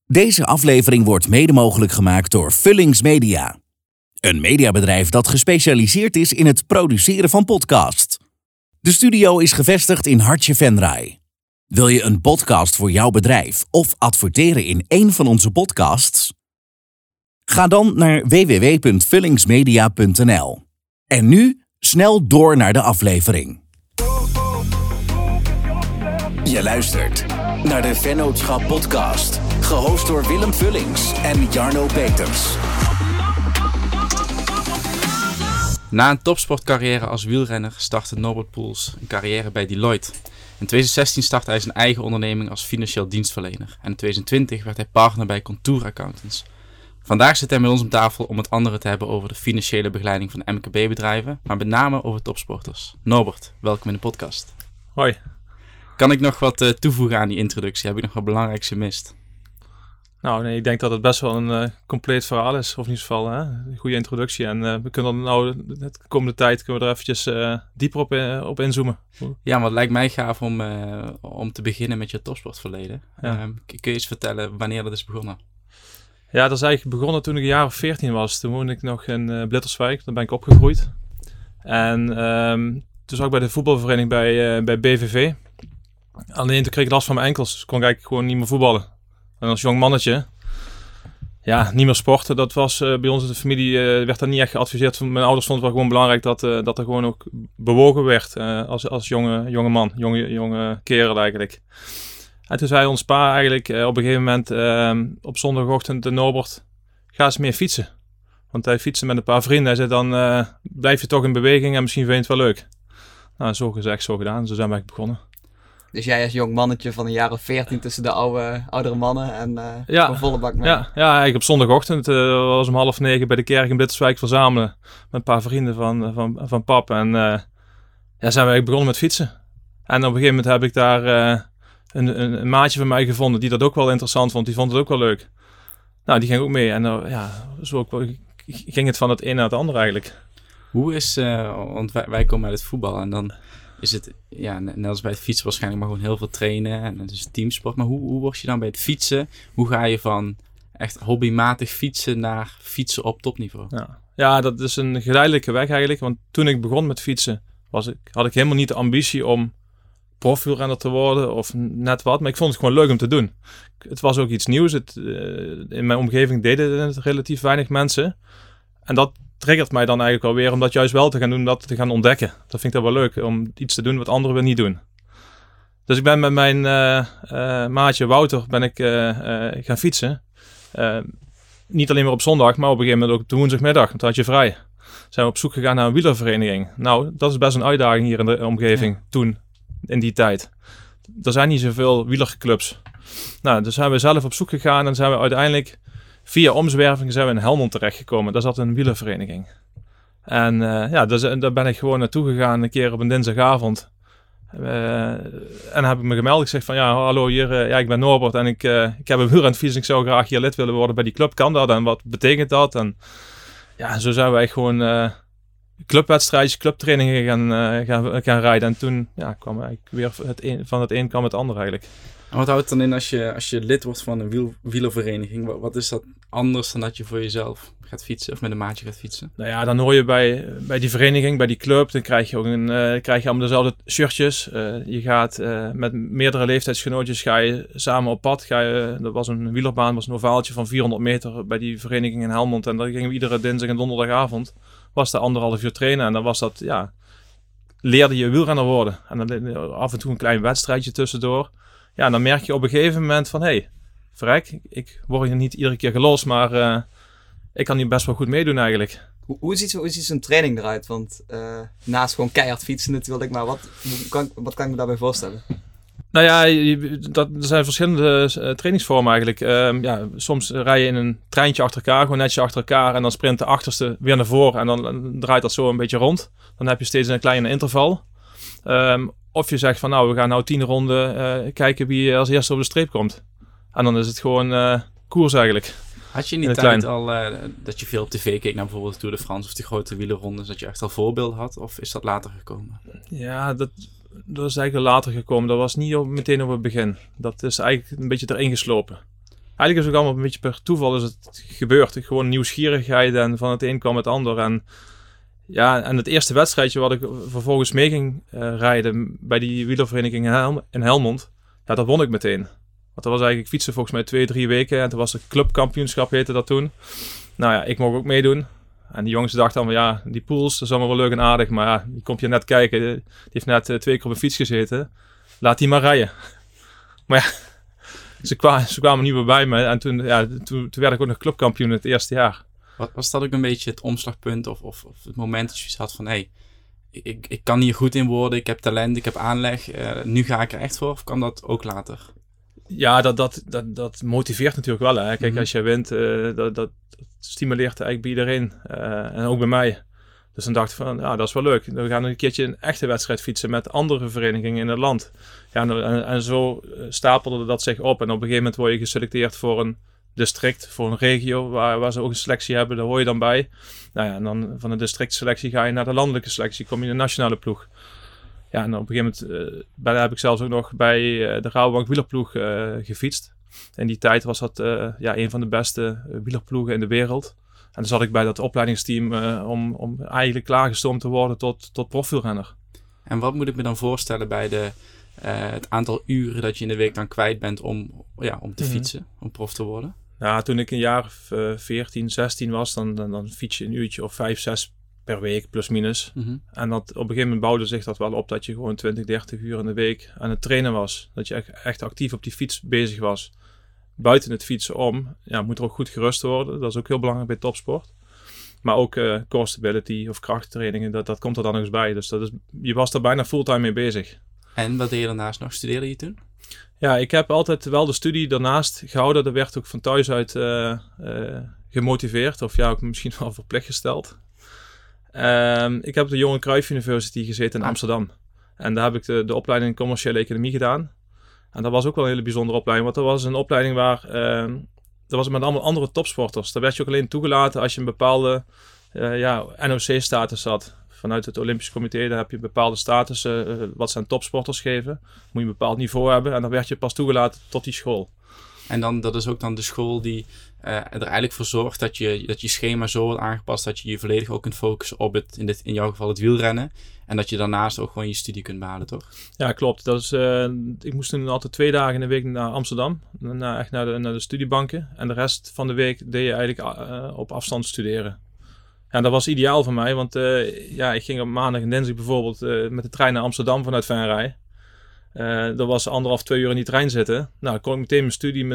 Deze aflevering wordt mede mogelijk gemaakt door Vullings Media. Een mediabedrijf dat gespecialiseerd is in het produceren van podcasts. De studio is gevestigd in Hartje Venray. Wil je een podcast voor jouw bedrijf of adverteren in één van onze podcasts? Ga dan naar www.vullingsmedia.nl. En nu snel door naar de aflevering. Je luistert naar de Vennootschap podcast, gehost door Willem Vullings en Jarno Peters. Na een topsportcarrière als wielrenner startte Norbert Poels een carrière bij Deloitte. In 2016 startte hij zijn eigen onderneming als financieel dienstverlener. En in 2020 werd hij partner bij Contour Accountants. Vandaag zit hij met ons om tafel om het andere te hebben over de financiële begeleiding van MKB-bedrijven, maar met name over topsporters. Norbert, welkom in de podcast. Hoi. Kan ik nog wat toevoegen aan die introductie? Heb ik nog wat belangrijks gemist? Nou, nee, ik denk dat het best wel een compleet verhaal is. Of in ieder geval een goede introductie. En we kunnen de komende tijd kunnen we er eventjes dieper op inzoomen. Ja, maar het lijkt mij gaaf om te beginnen met je topsportverleden. Ja. Kun je eens vertellen wanneer dat is begonnen? Ja, dat is eigenlijk begonnen toen ik een jaar of 14 was. Toen woonde ik nog in Blitterswijk. Daar ben ik opgegroeid. En toen zat ik bij de voetbalvereniging bij BVV. Alleen toen kreeg ik last van mijn enkels. Dus kon ik eigenlijk gewoon niet meer voetballen. En als jong mannetje, ja, niet meer sporten. Dat was bij ons in de familie, werd dat niet echt geadviseerd. Mijn ouders vonden het wel gewoon belangrijk dat er gewoon ook bewogen werd als jonge man, jonge kerel eigenlijk. En toen zei ons pa eigenlijk op een gegeven moment op zondagochtend, Norbert, ga eens meer fietsen. Want hij fietste met een paar vrienden. Hij zei dan blijf je toch in beweging en misschien vind je het wel leuk. Nou, zo gezegd, zo gedaan. Zo zijn we eigenlijk begonnen. Dus jij als jong mannetje van een jaar of 14 tussen de oudere mannen en een volle bak mee. Ja, eigenlijk op zondagochtend was om 8:30 bij de kerk in Blitterswijk verzamelen. Met een paar vrienden van pap. En zijn we eigenlijk begonnen met fietsen. En op een gegeven moment heb ik daar een maatje van mij gevonden die dat ook wel interessant vond. Die vond het ook wel leuk. Nou, die ging ook mee. En zo ging het van het een naar het ander eigenlijk. Hoe is, want wij komen uit het voetbal en dan is het, ja, net als bij het fietsen waarschijnlijk maar gewoon heel veel trainen en het is teamsport. Maar hoe word je dan bij het fietsen? Hoe ga je van echt hobbymatig fietsen naar fietsen op topniveau? Ja, dat is een geleidelijke weg eigenlijk. Want toen ik begon met fietsen had ik helemaal niet de ambitie om profielrenner te worden of net wat. Maar ik vond het gewoon leuk om te doen. Het was ook iets nieuws. In mijn omgeving deden het relatief weinig mensen. En dat triggert mij dan eigenlijk alweer om dat juist wel te gaan doen, dat te gaan ontdekken. Dat vind ik dan wel leuk, om iets te doen wat anderen weer niet doen. Dus ik ben met mijn maatje Wouter gaan fietsen. Niet alleen maar op zondag, maar op een gegeven moment ook op de woensdagmiddag, want dan had je vrij. Zijn we op zoek gegaan naar een wielervereniging. Nou, dat is best een uitdaging hier in de omgeving toen, in die tijd. Er zijn niet zoveel wielerclubs. Nou, dus zijn we zelf op zoek gegaan en zijn we uiteindelijk via omzwerving zijn we in Helmond terechtgekomen. Daar zat een wielervereniging. En daar ben ik gewoon naartoe gegaan een keer op een dinsdagavond. En heb ik me gemeld. Ik zeg van ja, hallo hier, ik ben Norbert en ik heb een wielrenfiets en ik zou graag hier lid willen worden bij die club. Kan dat en wat betekent dat? En ja, zo zijn wij gewoon clubwedstrijdjes, clubtrainingen gaan rijden. En toen kwam eigenlijk weer van het een kwam het ander eigenlijk. En wat houdt het dan in als je lid wordt van een wielervereniging? Wat is dat anders dan dat je voor jezelf gaat fietsen of met een maatje gaat fietsen? Nou ja, dan hoor je bij die vereniging, bij die club. Dan krijg je ook allemaal dezelfde shirtjes. Je gaat met meerdere leeftijdsgenootjes ga je samen op pad. Dat was een wielerbaan, was een ovaaltje van 400 meter bij die vereniging in Helmond. En daar gingen we iedere dinsdag en donderdagavond. Was daar 1,5 uur trainen en dan was dat, leerde je wielrenner worden. En dan af en toe een klein wedstrijdje tussendoor. Ja, dan merk je op een gegeven moment van, verrek, ik word hier niet iedere keer gelost, maar ik kan hier best wel goed meedoen eigenlijk. Hoe ziet zo'n training eruit? Want naast gewoon keihard fietsen natuurlijk, maar wat kan ik me daarbij voorstellen? Nou ja, er zijn verschillende trainingsvormen eigenlijk. Soms rij je in een treintje achter elkaar, gewoon netjes achter elkaar en dan sprint de achterste weer naar voren en dan draait dat zo een beetje rond. Dan heb je steeds een kleine interval. Of je zegt van we gaan 10 ronden kijken wie als eerste op de streep komt. En dan is het gewoon koers eigenlijk. Had je in die tijd al dat je veel op tv keek naar bijvoorbeeld de Tour de France of de grote wielerrondes, dat je echt al voorbeelden had? Of is dat later gekomen? Ja, dat is eigenlijk later gekomen. Dat was niet meteen op het begin. Dat is eigenlijk een beetje erin geslopen. Eigenlijk is het ook allemaal een beetje per toeval is het gebeurd. Gewoon nieuwsgierigheid en van het een kwam het ander. En het eerste wedstrijdje wat ik vervolgens mee ging rijden bij die wielervereniging in Helmond, dat won ik meteen. Want dat was eigenlijk fietsen volgens mij 2-3 weken en toen was het clubkampioenschap heette dat toen. Nou ja, ik mocht ook meedoen. En die jongens dachten dan van die Poels, dat is allemaal wel leuk en aardig, maar die komt je net kijken, die heeft net 2 keer op een fiets gezeten. Laat die maar rijden. Maar ja, ze kwamen niet meer bij me en toen werd ik ook nog clubkampioen het eerste jaar. Was dat ook een beetje het omslagpunt of het moment dat je had van ik kan hier goed in worden, ik heb talent, ik heb aanleg, nu ga ik er echt voor, of kan dat ook later? Ja, dat motiveert natuurlijk wel. Hè. Kijk, als jij wint, dat stimuleert eigenlijk bij iedereen. En ook bij mij. Dus dan dacht ik van, dat is wel leuk. We gaan een keertje een echte wedstrijd fietsen met andere verenigingen in het land. Ja, en zo stapelde dat zich op. En op een gegeven moment word je geselecteerd voor een district, voor een regio, waar ze ook een selectie hebben. Daar hoor je dan bij. Nou ja, en dan van de districtselectie ga je naar de landelijke selectie. Kom je in de nationale ploeg. Ja, en op een gegeven moment heb ik zelfs ook nog bij de Rabobank wielerploeg gefietst. In die tijd was dat een van de beste wielerploegen in de wereld. En dan zat ik bij dat opleidingsteam om eigenlijk klaargestoomd te worden tot profielrenner. En wat moet ik me dan voorstellen bij het aantal uren dat je in de week dan kwijt bent om te fietsen, om prof te worden? Ja, toen ik een jaar of 14, 16 was, dan fiets je een uurtje of 5, 6 per week, plus minus. Mm-hmm. En op een gegeven moment bouwde zich dat wel op dat je gewoon 20, 30 uur in de week aan het trainen was. Dat je echt actief op die fiets bezig was. Buiten het fietsen om, moet er ook goed gerust worden. Dat is ook heel belangrijk bij topsport. Maar ook core stability of krachttrainingen, dat komt er dan nog eens bij. Dus je was daar bijna fulltime mee bezig. En wat deed je daarnaast nog? Studeerde je toen? Ja, ik heb altijd wel de studie daarnaast gehouden. Dat werd ook van thuis uit gemotiveerd. Of ook misschien wel verplicht gesteld. Ik heb op de Johan Cruijff University gezeten in Amsterdam. En daar heb ik de opleiding commerciële economie gedaan. En dat was ook wel een hele bijzondere opleiding. Want dat was een opleiding waar... dat was met allemaal andere topsporters. Daar werd je ook alleen toegelaten als je een bepaalde NOC-status had. Vanuit het Olympisch Comité, daar heb je bepaalde status wat ze aan topsporters geven. Moet je een bepaald niveau hebben. En dan werd je pas toegelaten tot die school. En dan, dat is ook dan de school die er eigenlijk voor zorgt dat je schema zo wordt aangepast dat je je volledig ook kunt focussen op in jouw geval het wielrennen. En dat je daarnaast ook gewoon je studie kunt behalen, toch? Ja, klopt. Dat is, ik moest toen altijd 2 dagen in de week naar Amsterdam. Echt naar de studiebanken. En de rest van de week deed je eigenlijk op afstand studeren. En dat was ideaal voor mij, want ik ging op maandag en dinsdag bijvoorbeeld met de trein naar Amsterdam vanuit Venray. Dat was 1,5, 2 uur in die trein zitten. Nou, dan kon ik meteen mijn studie,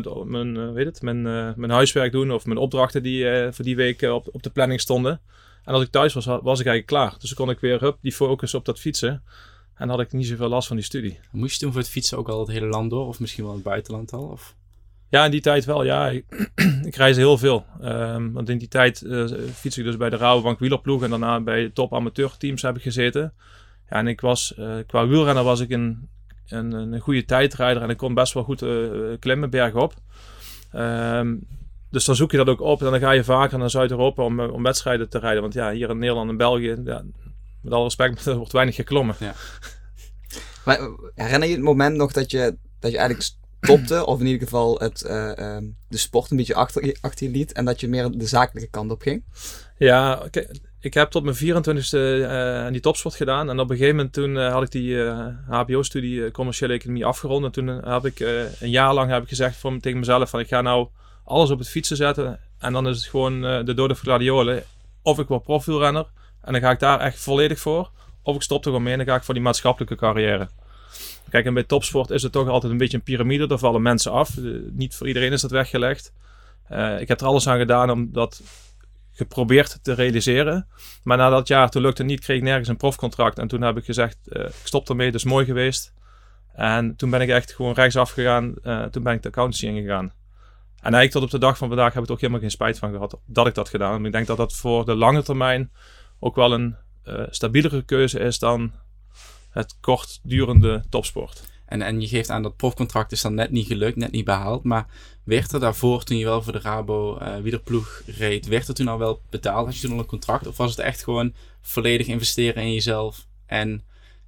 mijn huiswerk doen of mijn opdrachten die voor die week op de planning stonden. En als ik thuis was ik eigenlijk klaar. Dus dan kon ik weer die focus op dat fietsen. En dan had ik niet zoveel last van die studie. Moest je toen voor het fietsen ook al het hele land door? Of misschien wel het buitenland al? Of? Ja, in die tijd wel. Ja, ik reisde heel veel. Want in die tijd fiets ik dus bij de Rabobank wielerploeg. En daarna bij top amateurteams heb ik gezeten. Ja, en ik was, qua wielrenner was ik een goede tijdrijder. En ik kon best wel goed klimmen bergop. Dus dan zoek je dat ook op. En dan ga je vaker naar Zuid-Europa om wedstrijden te rijden. Want hier in Nederland en België, met alle respect, er wordt weinig geklommen. Ja. Maar herinner je het moment nog dat je eigenlijk stopte? Of in ieder geval de sport een beetje achter je liet. En dat je meer de zakelijke kant op ging? Ja, ik heb tot mijn 24e die topsport gedaan. En op een gegeven moment toen had ik die HBO-studie commerciële economie afgerond. En toen heb ik een jaar lang gezegd tegen mezelf van ik ga nou alles op het fietsen zetten. En dan is het gewoon de dode gladiolen. Of ik word profielrenner. En dan ga ik daar echt volledig voor. Of ik stop er gewoon mee en dan ga ik voor die maatschappelijke carrière. Kijk, en bij topsport is het toch altijd een beetje een piramide. Daar vallen mensen af. Niet voor iedereen is dat weggelegd. Ik heb er alles aan gedaan om dat geprobeerd te realiseren. Maar na dat jaar, toen lukte het niet, kreeg ik nergens een profcontract. En toen heb ik gezegd, ik stop ermee, dat is mooi geweest. En toen ben ik echt gewoon rechtsaf gegaan. Toen ben ik de accountancy ingegaan. En eigenlijk tot op de dag van vandaag heb ik er ook helemaal geen spijt van gehad dat ik dat gedaan heb. Ik denk dat dat voor de lange termijn ook wel een stabielere keuze is dan het kortdurende topsport. En je geeft aan dat profcontract is dan net niet gelukt, net niet behaald. Maar werd er daarvoor, toen je wel voor de Rabo wielerploeg reed, werd er toen al wel betaald? Had je toen al een contract? Of was het echt gewoon volledig investeren in jezelf en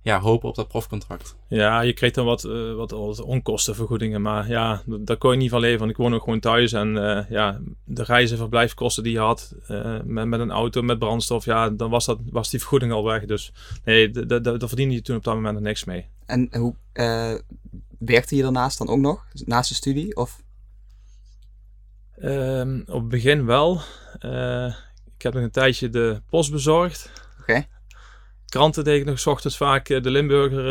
hopen op dat profcontract. Ja, je kreeg dan wat onkostenvergoedingen, maar ja, daar kon je niet van leven, want ik woon ook gewoon thuis en de reizen, verblijfkosten die je had met een auto, met brandstof, ja, dan was die vergoeding al weg. Dus nee, daar verdiende je toen op dat moment nog niks mee. En hoe werkte je daarnaast dan ook nog, naast de studie? Of? Op het begin wel. Ik heb nog een tijdje de post bezorgd. Oké. Kranten deed ik nog 's ochtends vaak, de Limburger.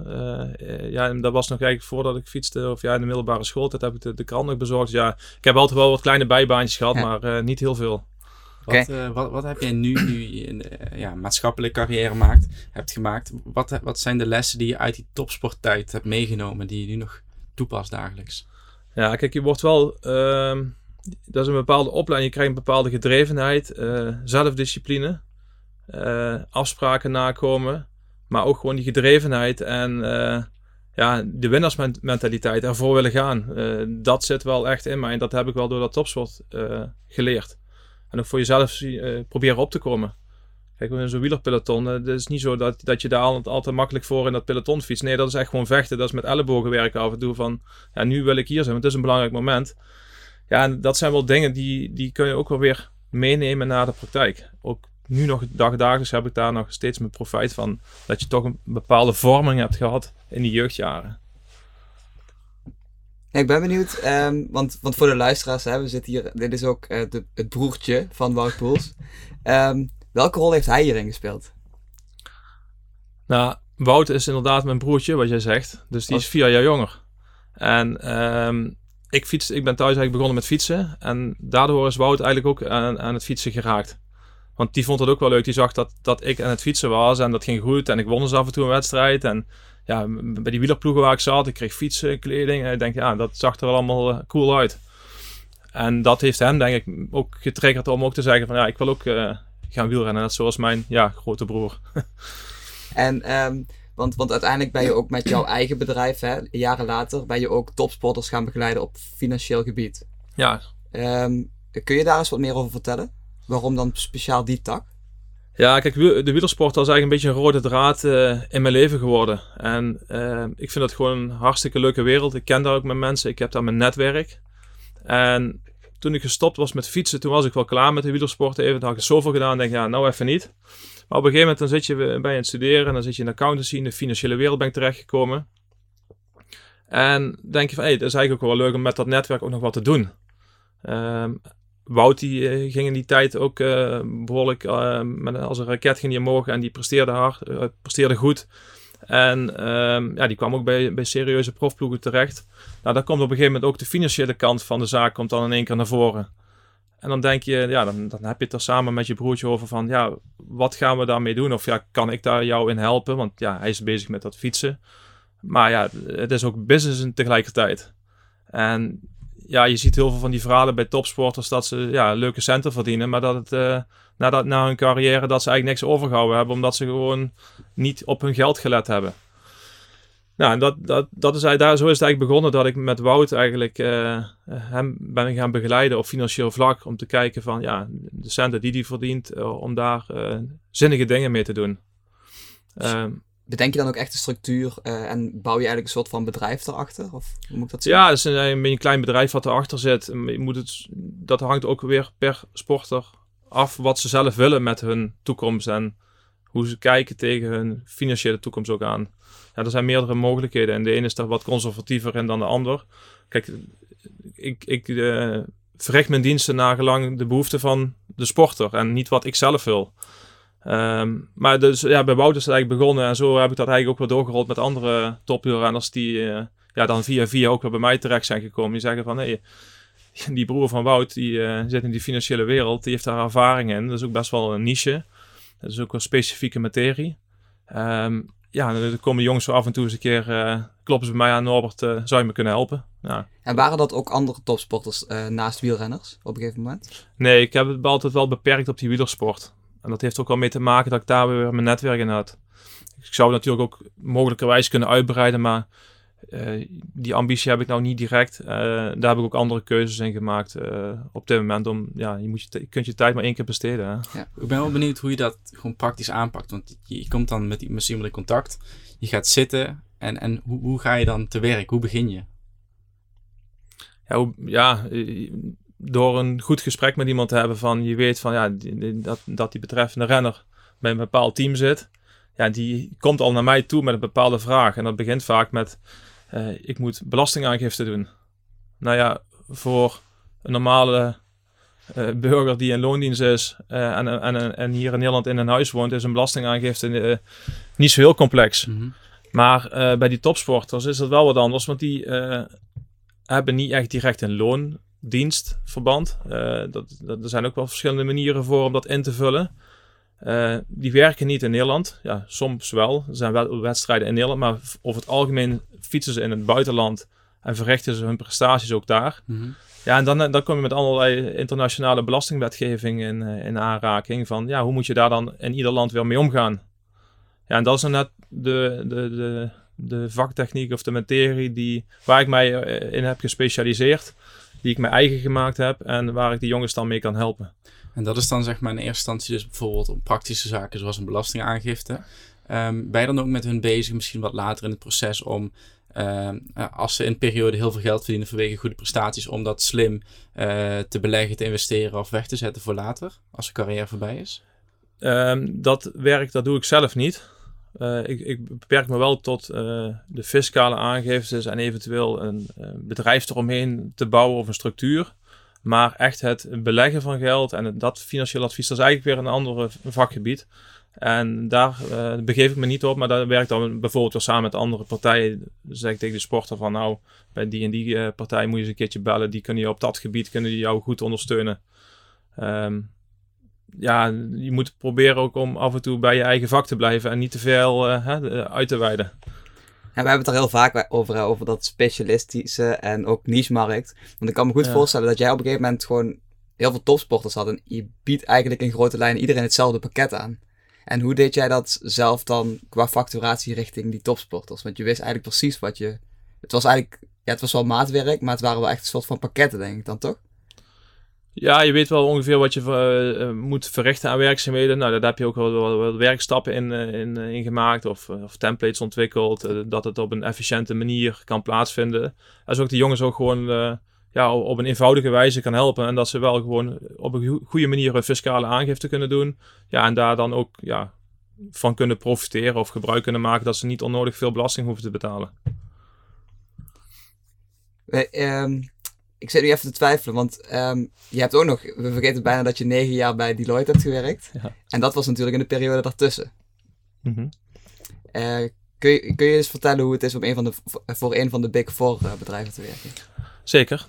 En dat was nog eigenlijk voordat ik fietste, of in de middelbare school. Dat heb ik de krant nog bezorgd. Ja, ik heb altijd wel wat kleine bijbaantjes gehad, maar niet heel veel. Wat heb jij nu je maatschappelijke carrière hebt gemaakt? Wat zijn de lessen die je uit die topsporttijd hebt meegenomen, die je nu nog toepast dagelijks? Ja, kijk, je wordt wel... dat is een bepaalde opleiding. Je krijgt een bepaalde gedrevenheid, zelfdiscipline, afspraken nakomen, maar ook gewoon die gedrevenheid en de winnaarsmentaliteit, ervoor willen gaan. Dat zit wel echt in mij en dat heb ik wel door dat topsport geleerd. En ook voor jezelf proberen op te komen. Kijk, in zo'n wielerpeloton, het is niet zo dat je daar altijd makkelijk voor in dat peloton fietst. Nee, dat is echt gewoon vechten. Dat is met ellebogen werken af en toe van, nu wil ik hier zijn, want het is een belangrijk moment. Ja, en dat zijn wel dingen die kun je ook wel weer meenemen naar de praktijk. Ook nu nog dagelijks heb ik daar nog steeds mijn profijt van. Dat je toch een bepaalde vorming hebt gehad in die jeugdjaren. Ja, ik ben benieuwd, want voor de luisteraars, we zitten hier, dit is ook het broertje van Wout Poels. Welke rol heeft hij hierin gespeeld? Nou, Wout is inderdaad mijn broertje, wat jij zegt. Dus die is 4 jaar jonger. En ik ben thuis eigenlijk begonnen met fietsen. En daardoor is Wout eigenlijk ook aan het fietsen geraakt. Want die vond het ook wel leuk. Die zag dat ik aan het fietsen was en dat ging goed. En ik won dus af en toe een wedstrijd. En ja, bij die wielerploegen waar ik zat, ik kreeg fietsen, kleding. En ik denk, dat zag er allemaal cool uit. En dat heeft hem, denk ik, ook getriggerd om ook te zeggen van, ik wil ook gaan wielrennen. Net zoals mijn grote broer. En, want uiteindelijk ben je ook met jouw eigen bedrijf, jaren later, ben je ook topsporters gaan begeleiden op financieel gebied. Ja. Kun je daar eens wat meer over vertellen? Waarom dan speciaal die tak? Ja, kijk, de wielersport was eigenlijk een beetje een rode draad in mijn leven geworden. En ik vind het gewoon een hartstikke leuke wereld. Ik ken daar ook mijn mensen, ik heb daar mijn netwerk. En toen ik gestopt was met fietsen, toen was ik wel klaar met de wielersport even. Dan had ik zoveel gedaan, denk ik, nou even niet. Maar op een gegeven moment dan ben je aan het studeren en dan zit je in de accountancy, in de financiële wereld ben ik terechtgekomen. En denk je van, dat is eigenlijk ook wel leuk om met dat netwerk ook nog wat te doen. Wout die ging in die tijd ook behoorlijk als een raket ging die omhoog en die presteerde goed. En die kwam ook bij serieuze profploegen terecht. Nou, dan komt op een gegeven moment ook de financiële kant van de zaak komt dan in één keer naar voren. En dan denk je, dan heb je het er samen met je broertje over van, wat gaan we daarmee doen? Of kan ik daar jou in helpen? Want hij is bezig met dat fietsen. Maar het is ook business tegelijkertijd. En je ziet heel veel van die verhalen bij topsporters dat ze leuke centen verdienen, maar dat het na hun carrière dat ze eigenlijk niks overgehouden hebben, omdat ze gewoon niet op hun geld gelet hebben. Nou, en zo is het eigenlijk begonnen dat ik met Wout eigenlijk hem ben gaan begeleiden op financieel vlak om te kijken van de centen die hij verdient, om daar zinnige dingen mee te doen. Bedenk je dan ook echt de structuur en bouw je eigenlijk een soort van bedrijf erachter? Of hoe moet ik dat zien? Ja, het is een klein bedrijf wat erachter zit. Dat hangt ook weer per sporter af wat ze zelf willen met hun toekomst en hoe ze kijken tegen hun financiële toekomst ook aan. Ja, er zijn meerdere mogelijkheden en de ene is daar wat conservatiever in dan de ander. Kijk, ik verricht mijn diensten naar gelang de behoeften van de sporter en niet wat ik zelf wil. Maar dus bij Wout is het eigenlijk begonnen en zo heb ik dat eigenlijk ook weer doorgerold met andere topwielrenners die dan via ook weer bij mij terecht zijn gekomen. Die zeggen van die broer van Wout die zit in die financiële wereld, die heeft daar ervaring in. Dat is ook best wel een niche. Dat is ook een specifieke materie. Dan komen jongens zo af en toe eens een keer kloppen ze bij mij aan, Norbert, zou je me kunnen helpen? Ja. En waren dat ook andere topsporters naast wielrenners op een gegeven moment? Nee, ik heb het altijd wel beperkt op die wielersport. En dat heeft ook wel mee te maken dat ik daar weer mijn netwerk in had. Ik zou natuurlijk ook mogelijkerwijs kunnen uitbreiden, maar Die ambitie heb ik nou niet direct. Daar heb ik ook andere keuzes in gemaakt op dit moment. Je kunt je tijd maar 1 keer besteden. Hè? Ja. Ik ben wel benieuwd hoe je dat gewoon praktisch aanpakt. Want je komt dan met iemand in contact. Je gaat zitten. En hoe ga je dan te werk? Hoe begin je? Door een goed gesprek met iemand te hebben van je weet van dat die betreffende renner bij een bepaald team zit. Ja, die komt al naar mij toe met een bepaalde vraag. En dat begint vaak met ik moet belastingaangifte doen. Nou ja, voor een normale burger die in loondienst is en hier in Nederland in een huis woont, is een belastingaangifte niet zo heel complex. Mm-hmm. Maar bij die topsporters is dat wel wat anders, want die hebben niet echt direct een loondienstverband. Er zijn ook wel verschillende manieren voor om dat in te vullen. Die werken niet in Nederland. Ja, soms wel. Er zijn wel wedstrijden in Nederland, maar over het algemeen fietsen ze in het buitenland en verrichten ze hun prestaties ook daar. Mm-hmm. Ja, en dan kom je met allerlei internationale belastingwetgeving in aanraking van hoe moet je daar dan in ieder land weer mee omgaan. Ja, en dat is dan net de vaktechniek of de materie waar ik mij in heb gespecialiseerd, die ik mijn eigen gemaakt heb en waar ik die jongens dan mee kan helpen. En dat is dan zeg maar in eerste instantie dus bijvoorbeeld om praktische zaken zoals een belastingaangifte. Ben je dan ook met hun bezig, misschien wat later in het proces, om als ze in een periode heel veel geld verdienen vanwege goede prestaties, om dat slim te beleggen, te investeren of weg te zetten voor later, als de carrière voorbij is? Dat werk, dat doe ik zelf niet. Ik beperk me wel tot de fiscale aangiftes en eventueel een bedrijf eromheen te bouwen of een structuur. Maar echt het beleggen van geld en dat financieel advies, dat is eigenlijk weer een ander vakgebied. En daar begeef ik me niet op, maar daar werk ik dan bijvoorbeeld weer samen met andere partijen. Dan zeg ik tegen de sporter van bij die en die partij moet je eens een keertje bellen. Die kunnen je op dat gebied jou goed ondersteunen. Je moet proberen ook om af en toe bij je eigen vak te blijven en niet te veel uit te wijden. En we hebben het er heel vaak over dat specialistische en ook niche-markt. Want ik kan me goed voorstellen dat jij op een gegeven moment gewoon heel veel topsporters had. En je biedt eigenlijk in grote lijnen iedereen hetzelfde pakket aan. En hoe deed jij dat zelf dan qua facturatie richting die topsporters? Want je wist eigenlijk precies wat je... Het was wel maatwerk, maar het waren wel echt een soort van pakketten, denk ik dan, toch? Ja, je weet wel ongeveer wat je moet verrichten aan werkzaamheden. Nou, daar heb je ook wel werkstappen in gemaakt of templates ontwikkeld. Dat het op een efficiënte manier kan plaatsvinden. En zo ook de jongens ook gewoon op een eenvoudige wijze kan helpen. En dat ze wel gewoon op een goede manier een fiscale aangifte kunnen doen. Ja, en daar dan ook van kunnen profiteren of gebruik kunnen maken. Dat ze niet onnodig veel belasting hoeven te betalen. Ik zit nu even te twijfelen, want je hebt ook nog, we vergeten bijna dat je 9 jaar bij Deloitte hebt gewerkt. Ja. En dat was natuurlijk in de periode daartussen. Mm-hmm. Kun je eens vertellen hoe het is om voor een van de Big Four bedrijven te werken? Zeker.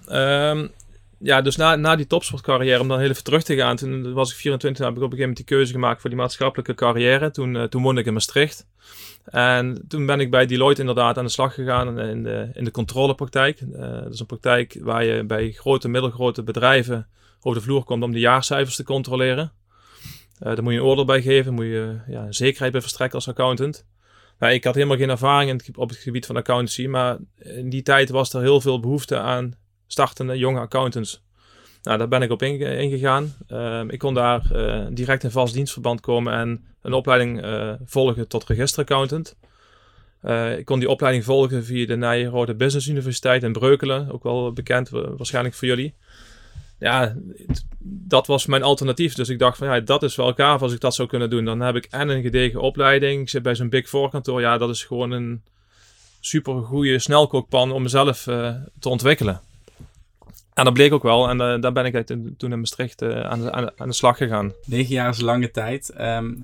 Dus na die topsportcarrière, om dan heel even terug te gaan, toen was ik 24, heb ik op een gegeven moment die keuze gemaakt voor die maatschappelijke carrière. Toen woonde ik in Maastricht. En toen ben ik bij Deloitte inderdaad aan de slag gegaan in de controlepraktijk. Dat is een praktijk waar je bij grote, middelgrote bedrijven over de vloer komt om de jaarcijfers te controleren. Daar moet je een oordeel bij geven, moet je een zekerheid bij verstrekken als accountant. Nou, ik had helemaal geen ervaring op het gebied van accountancy, maar in die tijd was er heel veel behoefte aan startende jonge accountants. Nou, daar ben ik op ingegaan. Ik kon daar direct in vast dienstverband komen en een opleiding volgen tot registeraccountant. Ik kon die opleiding volgen via de Nijrode Business Universiteit in Breukelen. Ook wel bekend waarschijnlijk voor jullie. Ja, dat was mijn alternatief. Dus ik dacht van dat is wel gaaf als ik dat zou kunnen doen. Dan heb ik en een gedegen opleiding. Ik zit bij zo'n Big Four kantoor. Ja, dat is gewoon een super goede snelkookpan om mezelf te ontwikkelen. En dat bleek ook wel. En daar ben ik toen in Maastricht aan de slag gegaan. 9 jaar is een lange tijd.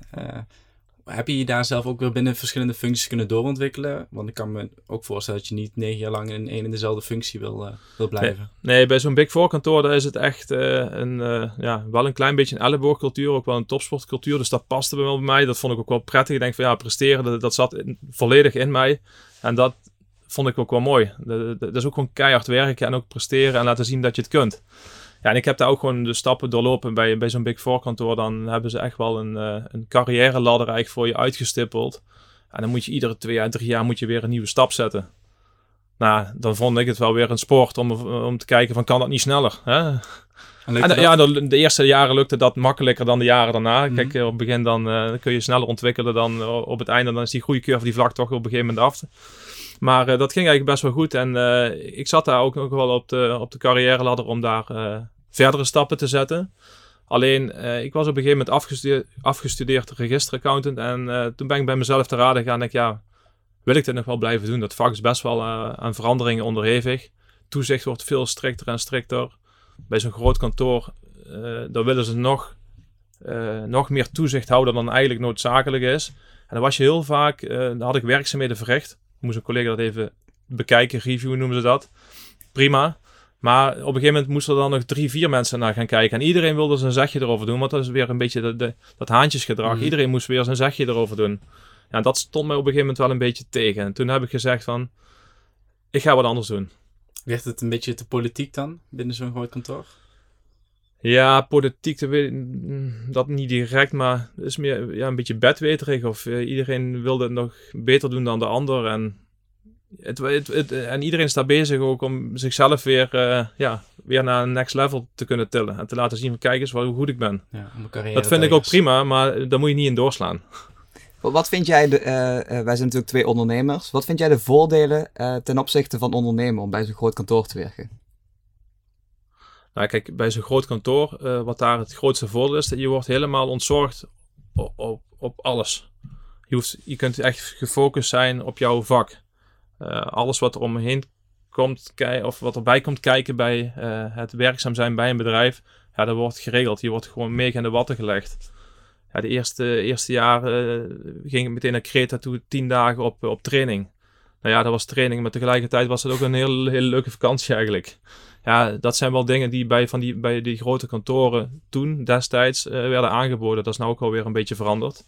Heb je daar zelf ook weer binnen verschillende functies kunnen doorontwikkelen? Want ik kan me ook voorstellen dat je niet 9 jaar lang in één en dezelfde functie wil blijven. Nee, bij zo'n Big Four kantoor daar is het echt wel een klein beetje een elleboogcultuur. Ook wel een topsportcultuur. Dus dat paste wel bij mij. Dat vond ik ook wel prettig. Ik denk van presteren, dat zat volledig in mij. En dat vond ik ook wel mooi. Dat is ook gewoon keihard werken en ook presteren en laten zien dat je het kunt. Ja, en ik heb daar ook gewoon de stappen doorlopen bij zo'n Big Four kantoor. Dan hebben ze echt wel een carrière ladder eigenlijk voor je uitgestippeld. En dan moet je iedere 2 jaar, 3 jaar moet je weer een nieuwe stap zetten. Nou, dan vond ik het wel weer een sport om te kijken van, kan dat niet sneller? Hè? De eerste jaren lukte dat makkelijker dan de jaren daarna. Kijk, op het begin dan kun je sneller ontwikkelen dan op het einde. Dan is die groeicurve, die vlak toch op een gegeven moment af. Maar dat ging eigenlijk best wel goed. En ik zat daar ook nog wel op de carrière-ladder om daar verdere stappen te zetten. Alleen, ik was op een gegeven moment afgestudeerd registeraccountant. En toen ben ik bij mezelf te raden gegaan. En ik, wil ik dit nog wel blijven doen? Dat vak is best wel aan veranderingen onderhevig. Toezicht wordt veel strikter en strikter. Bij zo'n groot kantoor, daar willen ze nog meer toezicht houden dan eigenlijk noodzakelijk is. En dan was je heel vaak, dan had ik werkzaamheden verricht. Moest een collega dat even bekijken, reviewen noemen ze dat. Prima. Maar op een gegeven moment moesten er dan nog 3-4 mensen naar gaan kijken. En iedereen wilde zijn zegje erover doen, want dat is weer een beetje dat haantjesgedrag. Iedereen moest weer zijn zegje erover doen. Ja, dat stond mij op een gegeven moment wel een beetje tegen. En toen heb ik gezegd van, ik ga wat anders doen. Werd het een beetje te politiek dan, binnen zo'n groot kantoor? Ja, politiek, dat niet direct, maar het is meer een beetje bedweterig. Of iedereen wilde het nog beter doen dan de ander. En, en iedereen is daar bezig ook om zichzelf weer naar een next level te kunnen tillen. En te laten zien, kijk eens hoe goed ik ben. Ja, om een carrière dat vind ik ook prima, maar daar moet je niet in doorslaan. Wat vind jij, wij zijn natuurlijk 2 ondernemers. Wat vind jij de voordelen ten opzichte van ondernemen om bij zo'n groot kantoor te werken? Nou kijk, bij zo'n groot kantoor, wat daar het grootste voordeel is, dat je wordt helemaal ontzorgd op alles. Je kunt echt gefocust zijn op jouw vak. Alles wat er omheen komt, of wat erbij komt kijken bij het werkzaam zijn bij een bedrijf, dat wordt geregeld. Je wordt gewoon mega in de watten gelegd. Ja, de eerste jaar ging ik meteen naar Kreta toe, 10 dagen op training. Nou ja, dat was training, maar tegelijkertijd was het ook een hele leuke vakantie eigenlijk. Ja, dat zijn wel dingen die bij die grote kantoren toen destijds werden aangeboden. Dat is nou ook alweer een beetje veranderd.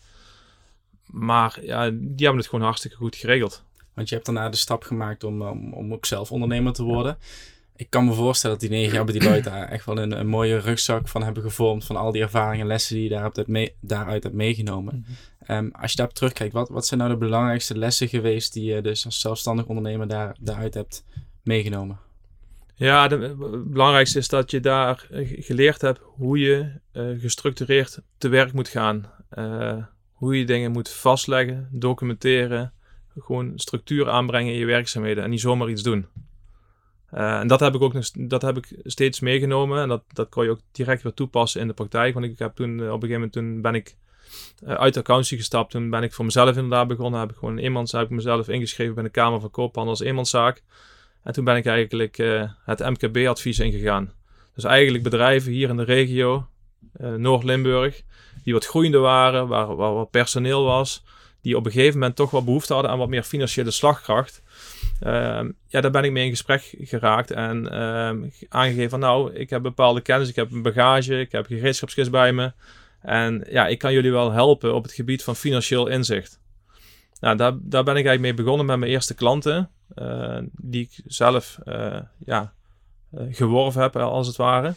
Maar ja, die hebben het gewoon hartstikke goed geregeld. Want je hebt daarna de stap gemaakt om ook zelf ondernemer te worden. Ik kan me voorstellen dat die 9 jaar bij Deloitte daar echt wel een mooie rugzak van hebben gevormd. Van al die ervaringen en lessen die je daaruit hebt meegenomen. Als je daarop terugkijkt, wat zijn nou de belangrijkste lessen geweest die je dus als zelfstandig ondernemer daaruit hebt meegenomen? Ja, het belangrijkste is dat je daar geleerd hebt hoe je gestructureerd te werk moet gaan. Hoe je dingen moet vastleggen, documenteren. Gewoon structuur aanbrengen in je werkzaamheden en niet zomaar iets doen. En dat heb ik steeds meegenomen en dat kon je ook direct weer toepassen in de praktijk. Want ik heb toen op een gegeven moment ben ik uit de accountancy gestapt. Toen ben ik voor mezelf inderdaad begonnen. Heb ik mezelf ingeschreven bij de Kamer van Koophandel als eenmanszaak. En toen ben ik eigenlijk het MKB-advies ingegaan. Dus eigenlijk bedrijven hier in de regio, Noord-Limburg, die wat groeiende waren, waar wat personeel was, die op een gegeven moment toch wel behoefte hadden aan wat meer financiële slagkracht. Daar ben ik mee in gesprek geraakt en aangegeven van nou, ik heb bepaalde kennis, ik heb een bagage, ik heb gereedschapskist bij me. En ja, ik kan jullie wel helpen op het gebied van financieel inzicht. Nou, daar ben ik eigenlijk mee begonnen met mijn eerste klanten, die ik zelf geworven heb als het ware.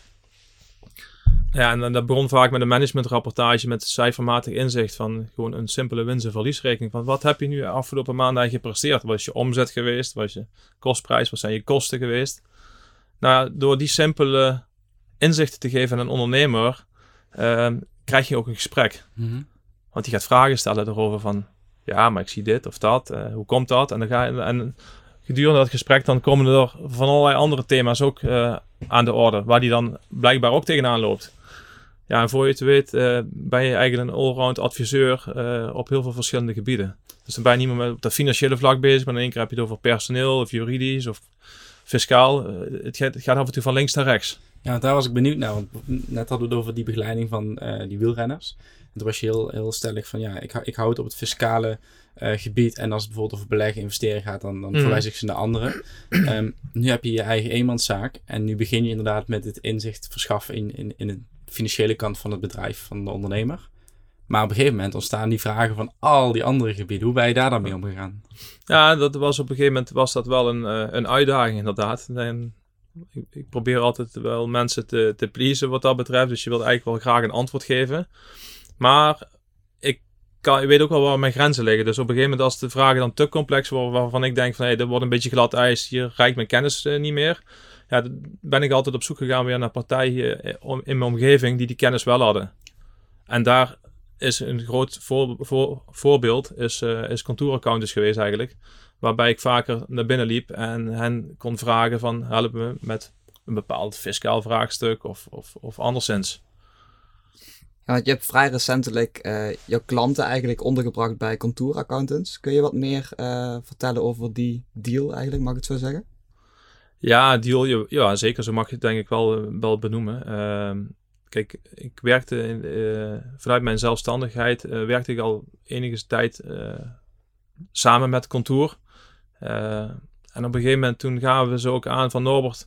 Ja, en dat begon vaak met een managementrapportage met cijfermatig inzicht van gewoon een simpele winst- en verliesrekening. Van wat heb je nu afgelopen maanden gepresteerd? Wat is je omzet geweest? Wat is je kostprijs? Wat zijn je kosten geweest? Nou, door die simpele inzichten te geven aan een ondernemer, krijg je ook een gesprek. Mm-hmm. Want die gaat vragen stellen erover van, ja, maar ik zie dit of dat. Hoe komt dat? En gedurende dat gesprek dan komen er van allerlei andere thema's ook aan de orde, waar die dan blijkbaar ook tegenaan loopt. Ja, en voor je het weet ben je eigenlijk een allround adviseur op heel veel verschillende gebieden. Dus dan ben je niet meer op dat financiële vlak bezig, maar in één keer heb je het over personeel of juridisch of fiscaal. Het gaat af en toe van links naar rechts. Ja, daar was ik benieuwd naar, want net hadden we het over die begeleiding van die wielrenners. En toen was je heel stellig van ja, ik hou het op het fiscale gebied en als het bijvoorbeeld over beleggen, investeren gaat, dan verwijs ik ze naar anderen. Nu heb je je eigen eenmanszaak en nu begin je inderdaad met het inzicht verschaffen in de financiële kant van het bedrijf, van de ondernemer. Maar op een gegeven moment ontstaan die vragen van al die andere gebieden. Hoe ben je daar dan mee omgegaan? Ja, op een gegeven moment was dat wel een uitdaging inderdaad. En ik probeer altijd wel mensen te pleasen wat dat betreft. Dus je wilt eigenlijk wel graag een antwoord geven. Maar ik je weet ook wel waar mijn grenzen liggen. Dus op een gegeven moment als de vragen dan te complex worden, waarvan ik denk van dit wordt een beetje glad ijs, hier reikt mijn kennis niet meer. Ja, dan ben ik altijd op zoek gegaan weer naar partijen in mijn omgeving die kennis wel hadden. En daar is een groot voorbeeld is contouraccountants geweest eigenlijk. Waarbij ik vaker naar binnen liep en hen kon vragen van help me met een bepaald fiscaal vraagstuk of anderszins. Ja, want je hebt vrij recentelijk jouw klanten eigenlijk ondergebracht bij contouraccountants. Kun je wat meer vertellen over die deal eigenlijk, mag ik het zo zeggen? Ja, deal, ja zeker. Zo mag je het denk ik wel benoemen. Kijk, ik werkte vanuit mijn zelfstandigheid werkte ik al enige tijd samen met Contour. En op een gegeven moment toen gaven we ze ook aan van Norbert,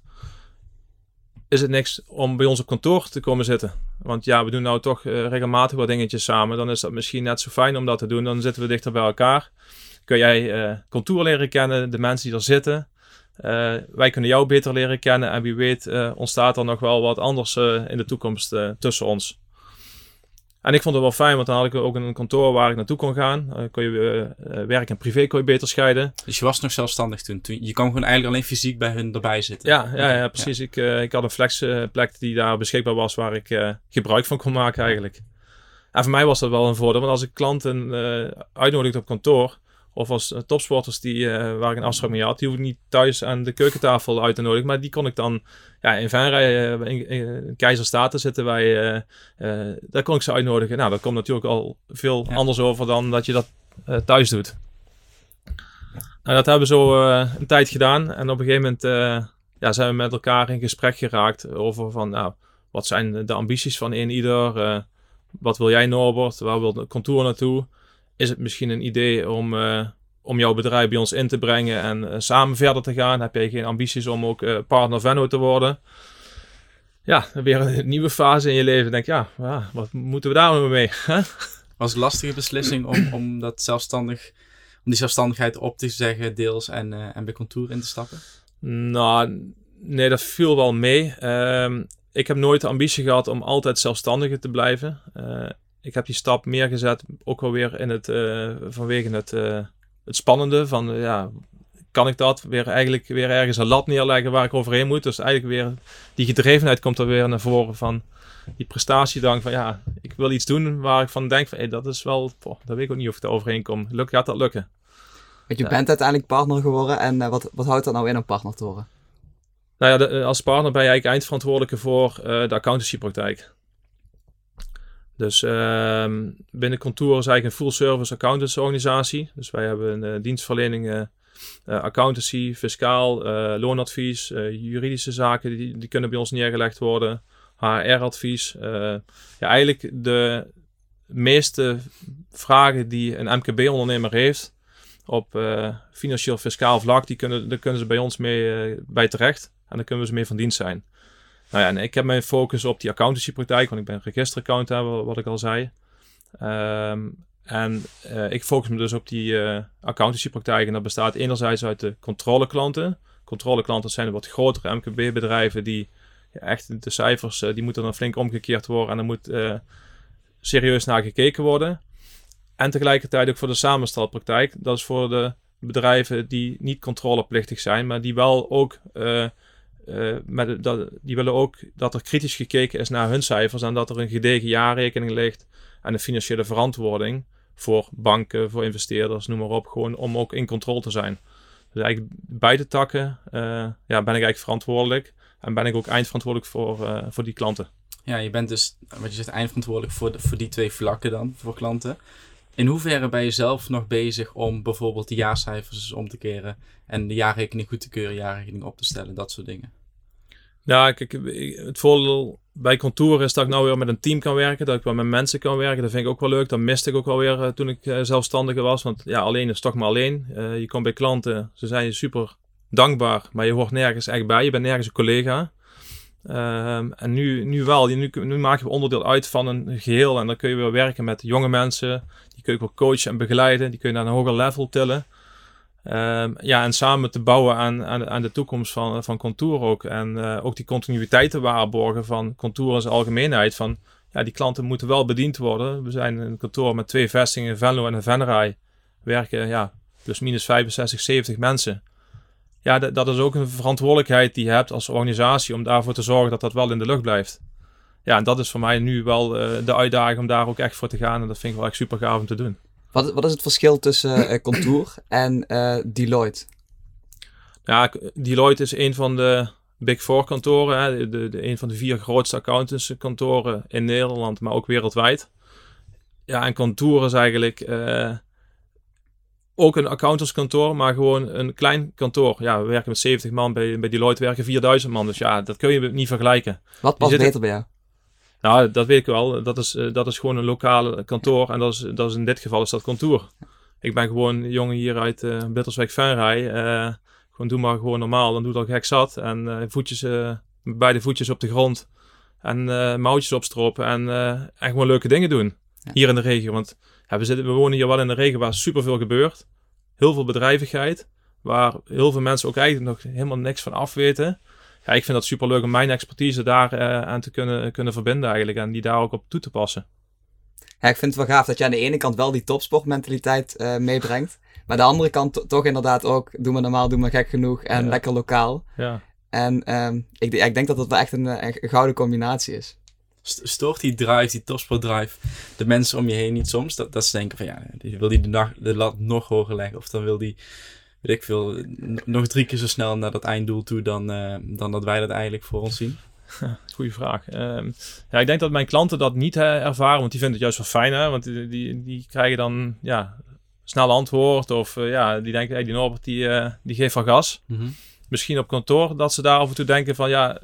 is het niks om bij ons op kantoor te komen zitten? Want ja, we doen nou toch regelmatig wat dingetjes samen. Dan is dat misschien net zo fijn om dat te doen. Dan zitten we dichter bij elkaar. Kun jij Contour leren kennen, de mensen die er zitten. Wij kunnen jou beter leren kennen. En wie weet ontstaat er nog wel wat anders in de toekomst tussen ons. En ik vond het wel fijn, want dan had ik ook een kantoor waar ik naartoe kon gaan. Kon je werk en privé kon je beter scheiden. Dus je was nog zelfstandig toen? Je kwam gewoon eigenlijk alleen fysiek bij hun erbij zitten? Ja, precies. Ja. Ik had een flexplek die daar beschikbaar was, waar ik gebruik van kon maken eigenlijk. En voor mij was dat wel een voordeel, want als ik klanten uitnodigde op kantoor, of als topsporters waar ik een afspraak mee had, die hoefde ik niet thuis aan de keukentafel uit te nodigen, maar die kon ik dan in Venray, in Keizerstaten zitten wij, daar kon ik ze uitnodigen. Nou, dat komt natuurlijk al veel anders over dan dat je dat thuis doet. Nou, dat hebben we zo een tijd gedaan en op een gegeven moment zijn we met elkaar in gesprek geraakt over van, wat zijn de ambities van ieder? Wat wil jij, Norbert? Waar wil de Contour naartoe? Is het misschien een idee om jouw bedrijf bij ons in te brengen en samen verder te gaan? Heb jij geen ambities om ook partner Venno te worden? Ja, weer een nieuwe fase in je leven. Denk wat moeten we daar nou mee? Was het een lastige beslissing om die zelfstandigheid op te zeggen deels en bij Contour in te stappen? Nou, nee, dat viel wel mee. Ik heb nooit de ambitie gehad om altijd zelfstandige te blijven. Ik heb die stap meer gezet, ook wel weer in vanwege het spannende van, kan ik dat? Weer ergens een lat neerleggen waar ik overheen moet. Dus eigenlijk weer, die gedrevenheid komt er weer naar voren van die prestatiedrang van, ik wil iets doen waar ik van denk van, dat is wel, dat weet ik ook niet of ik er overheen kom. Gaat dat lukken? Want je bent uiteindelijk partner geworden en wat houdt dat nou in om partner te worden? Nou ja, als partner ben je eigenlijk eindverantwoordelijke voor de accountancypraktijk. Dus binnen Contour is eigenlijk een full-service accountantsorganisatie. Dus wij hebben een dienstverlening, accountancy, fiscaal, loonadvies, juridische zaken die kunnen bij ons neergelegd worden. HR-advies. Eigenlijk de meeste vragen die een MKB-ondernemer heeft op financieel-fiscaal vlak, daar kunnen ze bij ons mee bij terecht. En daar kunnen we ze mee van dienst zijn. Nou ja, en ik heb mijn focus op die accountancypraktijk, want ik ben registeraccountant, wat ik al zei. Ik focus me dus op die accountancypraktijk en dat bestaat enerzijds uit de controleklanten. Controleklanten zijn wat grotere MKB-bedrijven die echt de cijfers, die moeten dan flink omgekeerd worden en er moet serieus naar gekeken worden. En tegelijkertijd ook voor de samenstelpraktijk. Dat is voor de bedrijven die niet controleplichtig zijn, maar die wel ook die willen ook dat er kritisch gekeken is naar hun cijfers en dat er een gedegen jaarrekening ligt en een financiële verantwoording voor banken, voor investeerders, noem maar op, gewoon om ook in controle te zijn. Dus eigenlijk beide takken ben ik eigenlijk verantwoordelijk en ben ik ook eindverantwoordelijk voor die klanten. Ja, je bent dus, wat je zegt, eindverantwoordelijk voor die twee vlakken dan, voor klanten. In hoeverre ben je zelf nog bezig om bijvoorbeeld de jaarcijfers om te keren en de jaarrekening goed te keuren, jaarrekening op te stellen, dat soort dingen? Ja, kijk, het voordeel bij Contour is dat ik nou weer met een team kan werken, dat ik wel met mensen kan werken. Dat vind ik ook wel leuk. Dat miste ik ook wel weer toen ik zelfstandige was, want alleen is toch maar alleen. Je komt bij klanten, ze zijn je super dankbaar, maar je hoort nergens echt bij. Je bent nergens een collega. En nu wel. Nu maak je onderdeel uit van een geheel en dan kun je weer werken met jonge mensen. Die kun je ook wel coachen en begeleiden. Die kun je naar een hoger level tillen. En samen te bouwen aan de toekomst van Contour ook. En ook die continuïteit te waarborgen van Contour in zijn algemeenheid. Van die klanten moeten wel bediend worden. We zijn een kantoor met 2 vestigingen in Venlo en in Venray. Werken plus minus 65, 70 mensen. Ja, dat is ook een verantwoordelijkheid die je hebt als organisatie om daarvoor te zorgen dat dat wel in de lucht blijft. Ja, en dat is voor mij nu wel de uitdaging om daar ook echt voor te gaan. En dat vind ik wel echt super gaaf om te doen. Wat is het verschil tussen Contour en Deloitte? Ja, Deloitte is een van de Big Four kantoren. Hè? Een van de 4 grootste accountantskantoren in Nederland, maar ook wereldwijd. Ja, en Contour is eigenlijk ook een accountantskantoor, maar gewoon een klein kantoor. Ja, we werken met 70 man. Bij Deloitte werken 4000 man. Dus ja, dat kun je niet vergelijken. Wat past beter bij jou? Nou, dat weet ik wel. Dat is gewoon een lokale kantoor. En dat is in dit geval is dat Contour. Ik ben gewoon een jongen hier uit Bitterswijk Venray. Gewoon doe maar gewoon normaal. Dan doe ik al gek zat. En beide voetjes op de grond. En mouwtjes opstropen. En gewoon leuke dingen doen. Ja. Hier in de regio. Want we wonen hier wel in een regio waar superveel gebeurt. Heel veel bedrijvigheid. Waar heel veel mensen ook eigenlijk nog helemaal niks van af weten. Ja, ik vind dat superleuk om mijn expertise daar aan te kunnen verbinden eigenlijk. En die daar ook op toe te passen. Ja, ik vind het wel gaaf dat je aan de ene kant wel die topsportmentaliteit meebrengt. Maar aan de andere kant toch inderdaad ook, doe maar normaal, doe maar gek genoeg en lekker lokaal. Ja. En ik denk dat dat wel echt een gouden combinatie is. Stoort die drive, die topsportdrive, de mensen om je heen niet soms? Dat ze denken van wil die de lat nog hoger leggen. Of dan wil die, weet ik veel, nog 3 keer zo snel naar dat einddoel toe dan dat wij dat eigenlijk voor ons zien. Goeie vraag. Ik denk dat mijn klanten dat niet ervaren, want die vinden het juist wel fijn. Hè? Want die krijgen dan snel antwoord. Of die denken, die Norbert die geeft van gas. Mm-hmm. Misschien op kantoor dat ze daar af en toe denken van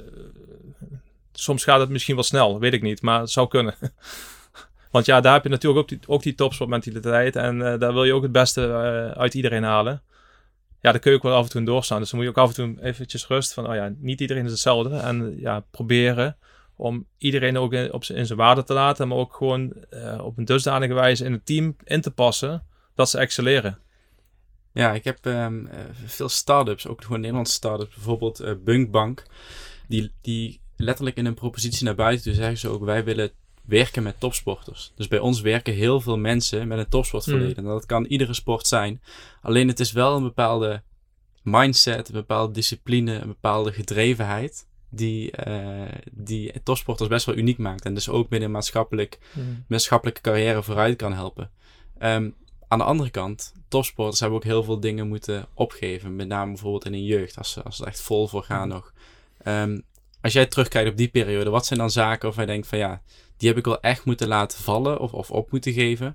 soms gaat het misschien wel snel, weet ik niet, maar het zou kunnen. Want daar heb je natuurlijk ook die topsportmentaliteit en daar wil je ook het beste uit iedereen halen. Ja, daar kun je ook wel af en toe in doorstaan. Dus dan moet je ook af en toe eventjes rust van, niet iedereen is hetzelfde. En proberen om iedereen ook in zijn waarde te laten, maar ook gewoon op een dusdanige wijze in het team in te passen dat ze excelleren. Ja, ik heb veel start-ups, ook gewoon Nederlandse start-ups, bijvoorbeeld Bunkbank, die letterlijk in een propositie naar buiten toe zeggen ze ook, wij willen werken met topsporters. Dus bij ons werken heel veel mensen met een topsportverleden. En dat kan iedere sport zijn. Alleen het is wel een bepaalde mindset, een bepaalde discipline, een bepaalde gedrevenheid die topsporters best wel uniek maakt. En dus ook binnen een maatschappelijke carrière vooruit kan helpen. Aan de andere kant, topsporters hebben ook heel veel dingen moeten opgeven. Met name bijvoorbeeld in hun jeugd, als ze er echt vol voor gaan nog. Als jij terugkijkt op die periode, wat zijn dan zaken waarvan je denkt van die heb ik wel echt moeten laten vallen of op moeten geven?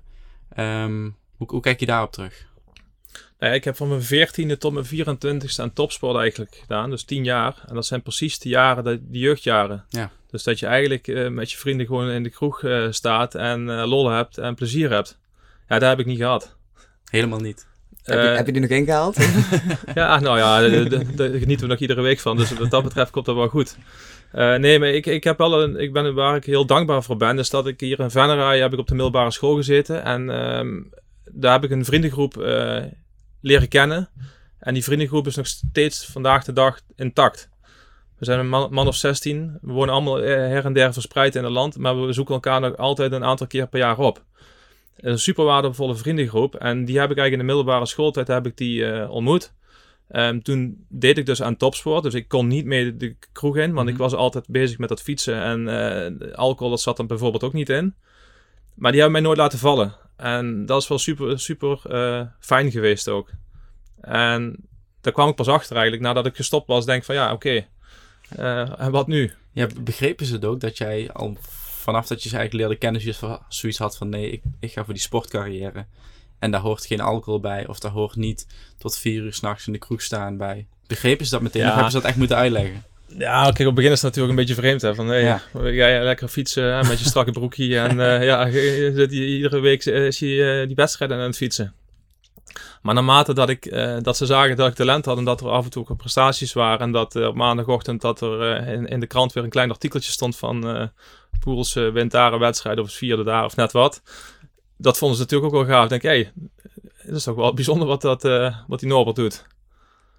Hoe kijk je daarop terug? Ik heb van mijn 14e tot mijn 24e aan topsport eigenlijk gedaan, dus 10 jaar. En dat zijn precies de jaren, de jeugdjaren. Ja. Dus dat je eigenlijk met je vrienden gewoon in de kroeg staat en lol hebt en plezier hebt. Ja, daar heb ik niet gehad. Helemaal niet. Heb je die nog ingehaald? Daar genieten we nog iedere week van. Dus wat dat betreft komt dat wel goed. Maar ik heb wel waar ik heel dankbaar voor ben, is dat ik hier in Venray heb ik op de middelbare school gezeten. En daar heb ik een vriendengroep leren kennen. En die vriendengroep is nog steeds vandaag de dag intact. We zijn een man of 16. We wonen allemaal her en der verspreid in het land. Maar we zoeken elkaar nog altijd een aantal keer per jaar op. Een super waardevolle vriendengroep. En die heb ik eigenlijk in de middelbare schooltijd ontmoet. Toen deed ik dus aan topsport. Dus ik kon niet mee de kroeg in. Want ik was altijd bezig met dat fietsen. En alcohol, dat zat er bijvoorbeeld ook niet in. Maar die hebben mij nooit laten vallen. En dat is wel super, super fijn geweest ook. En daar kwam ik pas achter eigenlijk. Nadat ik gestopt was, denk ik van oké. En wat nu? Ja, begrepen ze het ook dat jij al vanaf dat je ze eigenlijk leerde kennen, zoiets had van nee, ik ga voor die sportcarrière. En daar hoort geen alcohol bij. Of daar hoort niet tot 4 uur 's nachts in de kroeg staan bij. Begrepen ze dat meteen? Of hebben ze dat echt moeten uitleggen? Ja, kijk, op het begin is het natuurlijk een beetje vreemd. Hè? Van, ga lekker fietsen met je strakke broekje. En iedere week is je die wedstrijden aan het fietsen. Maar naarmate dat ze zagen dat ik talent had en dat er af en toe ook prestaties waren. En dat op maandagochtend dat er in de krant weer een klein artikeltje stond van Poels wint daar een wedstrijd of is 4e daar of net wat. Dat vonden ze natuurlijk ook wel gaaf. Ik denk, het is toch wel bijzonder wat die Norbert doet.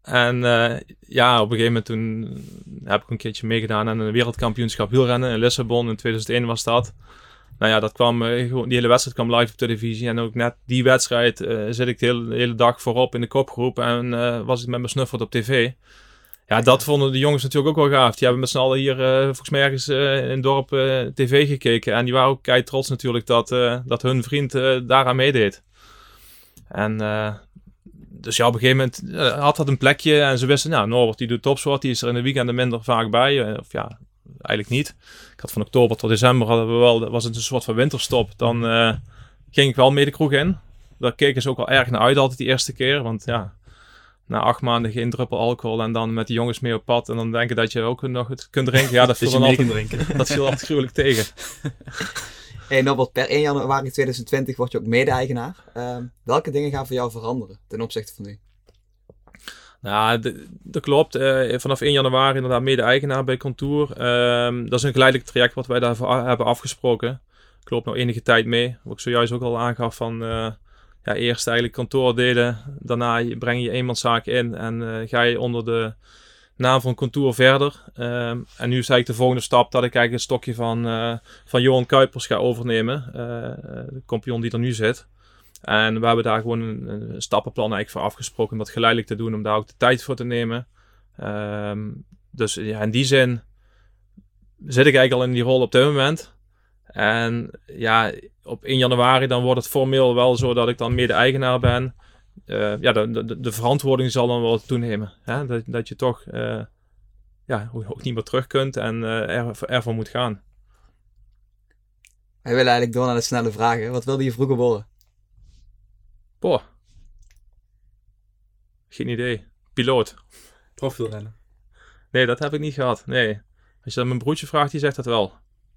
En op een gegeven moment toen heb ik een keertje meegedaan aan een wereldkampioenschap wielrennen in Lissabon. In 2001 was dat. Nou ja, dat kwam, die hele wedstrijd kwam live op televisie. En ook net die wedstrijd zit ik de hele dag voorop in de kopgroep. En was ik met mijn snuffert op tv. Ja, dat vonden de jongens natuurlijk ook wel gaaf. Die hebben met z'n allen hier volgens mij ergens in het dorp tv gekeken. En die waren ook kei trots natuurlijk dat hun vriend daaraan meedeed. En dus ja, op een gegeven moment had dat een plekje. En ze wisten, nou, Norbert die doet topsport. Die is er in de weekenden minder vaak bij. Of ja, eigenlijk niet. Ik had van oktober tot december was het een soort van winterstop. Dan ging ik wel mee de kroeg in. Daar keken ze ook wel erg naar uit altijd die eerste keer. Want ja, na 8 maanden geen druppel alcohol en dan met de jongens mee op pad. En dan denken dat je ook nog het kunt drinken. Ja, dat viel dan altijd gruwelijk tegen. Hey Norbert, per 1 januari 2020 word je ook mede-eigenaar. Welke dingen gaan voor jou veranderen ten opzichte van nu? Nou, dat klopt. Vanaf 1 januari inderdaad mede-eigenaar bij Contour. Dat is een geleidelijk traject wat wij daarvoor hebben afgesproken. Ik loop nog enige tijd mee. Wat ik zojuist ook al aangaf van... eerst eigenlijk kantoordelen. Daarna breng je eenmanszaak in en ga je onder de naam van Contour verder. En nu is eigenlijk de volgende stap dat ik eigenlijk het stokje van Johan Kuipers ga overnemen. De kampioen die er nu zit. En we hebben daar gewoon een stappenplan eigenlijk voor afgesproken om dat geleidelijk te doen, om daar ook de tijd voor te nemen. Dus ja, in die zin zit ik eigenlijk al in die rol op dit moment. En ja, op 1 januari dan wordt het formeel wel zo dat ik dan mede-eigenaar ben. De verantwoording zal dan wel toenemen. Hè? Dat je toch ook niet meer terug kunt en ervoor moet gaan. Wij willen eigenlijk door naar de snelle vragen. Wat wilde je vroeger worden? Boah. Geen idee. Piloot. Profielrennen. Nee, dat heb ik niet gehad. Nee. Als je dat mijn broertje vraagt, die zegt dat wel.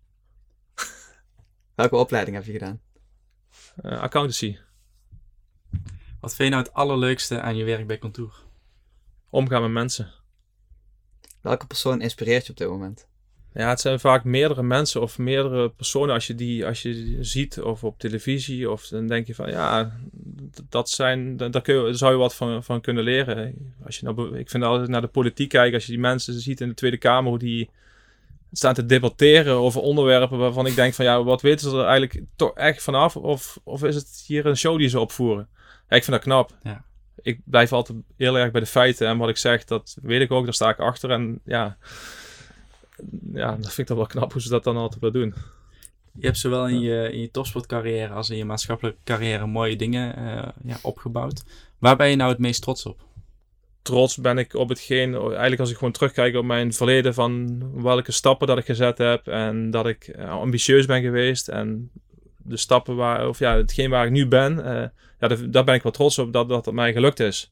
Welke opleiding heb je gedaan? Accountancy. Wat vind je nou het allerleukste aan je werk bij Contour? Omgaan met mensen. Welke persoon inspireert je op dit moment? Ja, het zijn vaak meerdere mensen of meerdere personen als je die ziet of op televisie. Of dan denk je van ja, daar zou je wat van kunnen leren. Ik vind altijd naar de politiek kijken, als je die mensen ziet in de Tweede Kamer, hoe die staan te debatteren over onderwerpen waarvan ik denk van ja, wat weten ze er eigenlijk toch echt vanaf? Of is het hier een show die ze opvoeren? Ja, ik vind dat knap. Ja. Ik blijf altijd heel erg bij de feiten en wat ik zeg, dat weet ik ook, daar sta ik achter. En ja, dat vind ik toch wel knap hoe ze dat dan altijd wel doen. Je hebt zowel in je topsportcarrière als in je maatschappelijke carrière mooie dingen opgebouwd. Waar ben je nou het meest trots op? Trots ben ik op hetgeen, eigenlijk als ik gewoon terugkijk op mijn verleden van welke stappen dat ik gezet heb en dat ik ambitieus ben geweest en de stappen hetgeen waar ik nu ben, daar ben ik wel trots op dat het mij gelukt is.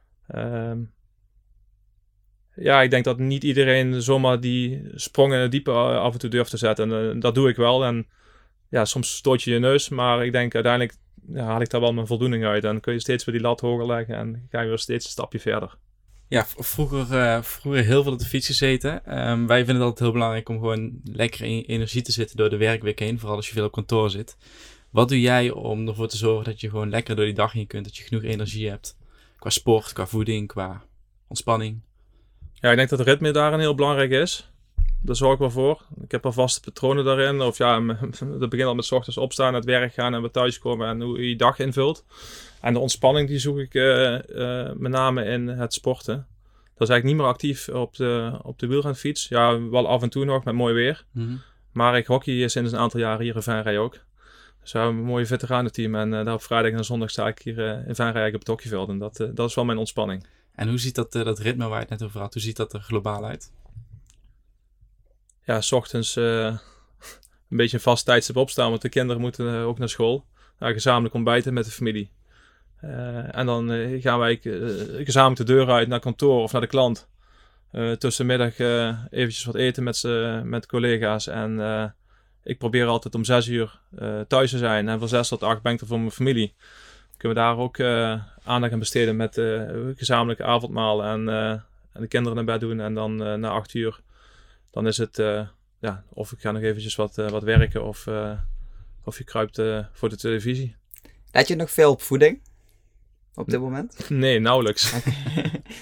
Ik denk dat niet iedereen zomaar die sprong in het diepe af en toe durft te zetten. En dat doe ik wel. En ja, soms stoot je je neus, maar ik denk uiteindelijk haal ik daar wel mijn voldoening uit. En dan kun je steeds weer die lat hoger leggen en ga je weer steeds een stapje verder. Ja, vroeger heel veel op de fiets gezeten. Wij vinden het altijd heel belangrijk om gewoon lekker in energie te zitten door de werkweek heen. Vooral als je veel op kantoor zit. Wat doe jij om ervoor te zorgen dat je gewoon lekker door die dag heen kunt? Dat je genoeg energie hebt. Qua sport, qua voeding, qua ontspanning. Ja, ik denk dat het ritme daarin heel belangrijk is. Daar zorg ik wel voor. Ik heb al vaste patronen daarin. Of ja, dat begint al met 's ochtends opstaan, naar het werk gaan en weer thuiskomen en hoe je je dag invult. En de ontspanning die zoek ik met name in het sporten. Dat is eigenlijk niet meer actief op de wielrenfiets. Ja, wel af en toe nog met mooi weer. Mm-hmm. Maar ik hockey sinds een aantal jaren hier in Venray ook. Dus we hebben een mooie veteranenteam. En daar op vrijdag en zondag sta ik hier in Venray op het hockeyveld. En dat is wel mijn ontspanning. En hoe ziet dat ritme waar je het net over had, hoe ziet dat er globaal uit? Ja, 's ochtends een beetje een vast tijdstip opstaan, want de kinderen moeten ook naar school. Gezamenlijk ontbijten met de familie. En dan gaan wij gezamenlijk de deur uit naar kantoor of naar de klant. Tussenmiddag eventjes wat eten met collega's. En ik probeer altijd om 6 uur thuis te zijn. En van 6 tot 8 ben ik er voor mijn familie. Kunnen we daar ook aandacht aan besteden met gezamenlijke avondmaal en de kinderen naar bed doen. En dan na 8 uur, dan is het, of ik ga nog eventjes wat werken of je kruipt voor de televisie. Let je nog veel op voeding op dit moment? Nee, nauwelijks.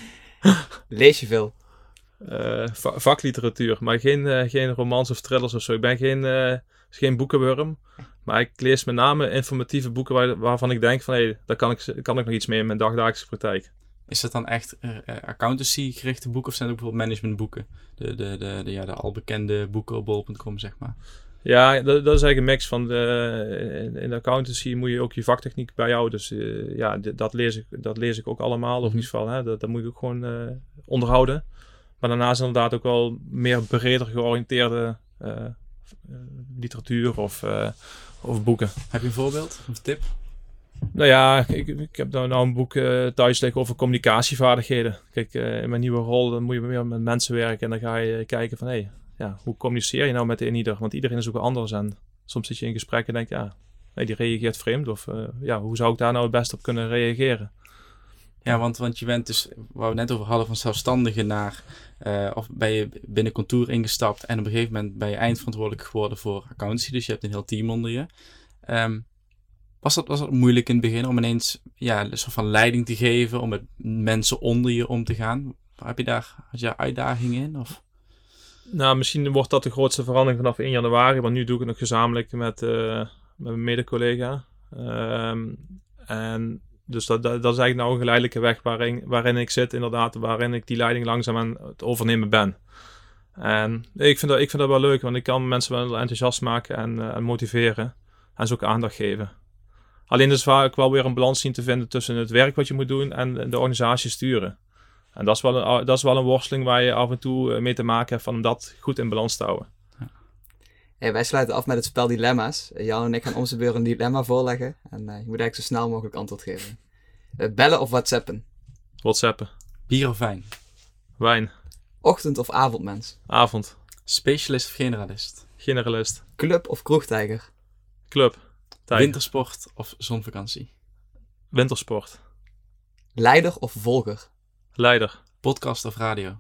Lees je veel? Vakliteratuur, maar geen romans of thrillers of zo. Ik ben geen boekenworm. Maar ik lees met name informatieve boeken waarvan ik denk van daar kan ik nog iets mee in mijn dagdagelijkse praktijk. Is dat dan echt accountancy gerichte boeken of zijn het ook bijvoorbeeld managementboeken? De al bekende boeken op bol.com, zeg maar. Ja, dat is eigenlijk een mix van in de accountancy moet je ook je vaktechniek bijhouden. Dus dat lees ik ook allemaal. Of in ieder geval, dat moet ik ook gewoon onderhouden. Maar daarnaast inderdaad ook wel meer breder georiënteerde literatuur of boeken. Heb je een voorbeeld of een tip? Nou ja, ik heb nou een boek thuis liggen over communicatievaardigheden. Kijk, in mijn nieuwe rol dan moet je meer met mensen werken. En dan ga je kijken van, hoe communiceer je nou met de ieder? Want iedereen is ook wel anders. En soms zit je in gesprek en denk die reageert vreemd. Of hoe zou ik daar nou het beste op kunnen reageren? Ja, want je bent dus, waar we het net over hadden, van zelfstandige naar, of ben je binnen Contour ingestapt en op een gegeven moment ben je eindverantwoordelijk geworden voor accountancy. Dus je hebt een heel team onder je. Was dat moeilijk in het begin om ineens een soort van leiding te geven, om met mensen onder je om te gaan? Had je daar uitdagingen in? Of? Nou, misschien wordt dat de grootste verandering vanaf 1 januari, want nu doe ik het nog gezamenlijk met mijn mede-collega. En dus dat is eigenlijk nou een geleidelijke weg waarin ik zit, inderdaad, waarin ik die leiding langzaam aan het overnemen ben. En ik vind dat wel leuk, want ik kan mensen wel enthousiast maken en motiveren en ze ook aandacht geven. Alleen is vaak wel weer een balans zien te vinden tussen het werk wat je moet doen en de organisatie sturen. En dat is wel een worsteling waar je af en toe mee te maken hebt om dat goed in balans te houden. Hey, wij sluiten af met het spel dilemma's. Jan en ik gaan om zijn beurt een dilemma voorleggen. En je moet eigenlijk zo snel mogelijk antwoord geven. Bellen of whatsappen? Whatsappen. Bier of wijn? Wijn. Ochtend- of avondmens? Avond. Specialist of generalist? Generalist. Club of kroegtijger? Club. Tijger. Wintersport of zonvakantie? Wintersport. Leider of volger? Leider. Podcast of radio?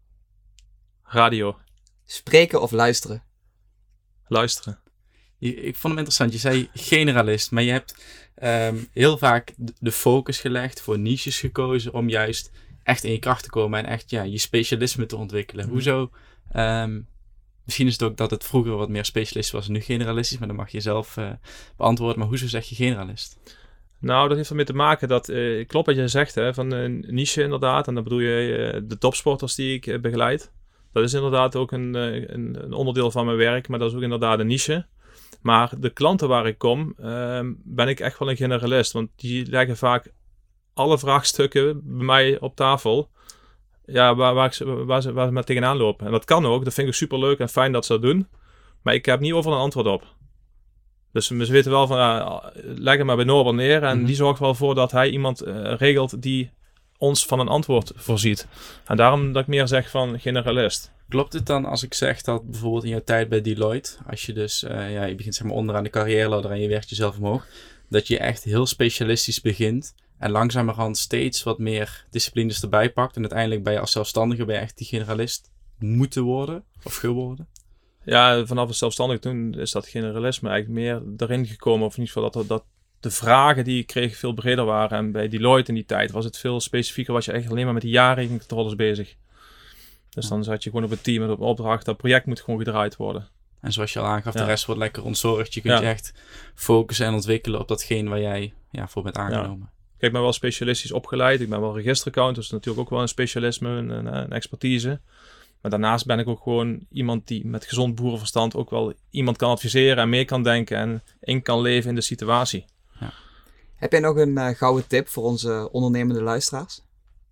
Radio. Spreken of luisteren? Luisteren. Ik vond hem interessant. Je zei generalist, maar je hebt heel vaak de focus gelegd, voor niches gekozen om juist echt in je kracht te komen en echt je specialisme te ontwikkelen. Hoezo? Misschien is het ook dat het vroeger wat meer specialist was en nu generalistisch, maar dat mag je zelf beantwoorden. Maar hoezo zeg je generalist? Nou, dat heeft ermee te maken dat, klopt wat je zegt, van een niche inderdaad. En dan bedoel je de topsporters die ik begeleid. Dat is inderdaad ook een onderdeel van mijn werk, maar dat is ook inderdaad een niche. Maar de klanten waar ik kom, ben ik echt wel een generalist. Want die leggen vaak alle vraagstukken bij mij op tafel. Ja, waar ze maar tegenaan lopen. En dat kan ook, dat vind ik superleuk en fijn dat ze dat doen. Maar ik heb niet overal een antwoord op. Dus ze weten wel van, leg het maar bij Norbert neer. En die zorgt wel voor dat hij iemand regelt die ons van een antwoord voorziet. En daarom dat ik meer zeg van generalist. Klopt het dan als ik zeg dat bijvoorbeeld in jouw tijd bij Deloitte, als je dus, je begint zeg maar onderaan de carrière-ladder en je werkt jezelf omhoog, dat je echt heel specialistisch begint en langzamerhand steeds wat meer disciplines erbij pakt en uiteindelijk ben je als zelfstandige ben je echt die generalist moeten worden of geworden? Ja, vanaf het zelfstandig toen is dat generalisme eigenlijk meer erin gekomen. Of in ieder geval dat de vragen die ik kreeg veel breder waren. En bij Deloitte in die tijd was het veel specifieker. Was je echt alleen maar met die jaarrekeningcontroles bezig. Dus dan zat je gewoon op een team met op opdracht. Dat project moet gewoon gedraaid worden. En zoals je al aangaf, de rest wordt lekker ontzorgd. Je kunt je echt focussen en ontwikkelen op datgene waar jij voor bent aangenomen. Ja. Kijk, ik ben wel specialistisch opgeleid. Ik ben wel registeraccountant. Dus natuurlijk ook wel een specialisme, een expertise. Maar daarnaast ben ik ook gewoon iemand die met gezond boerenverstand ook wel iemand kan adviseren en mee kan denken en in kan leven in de situatie. Ja. Heb jij nog een gouden tip voor onze ondernemende luisteraars?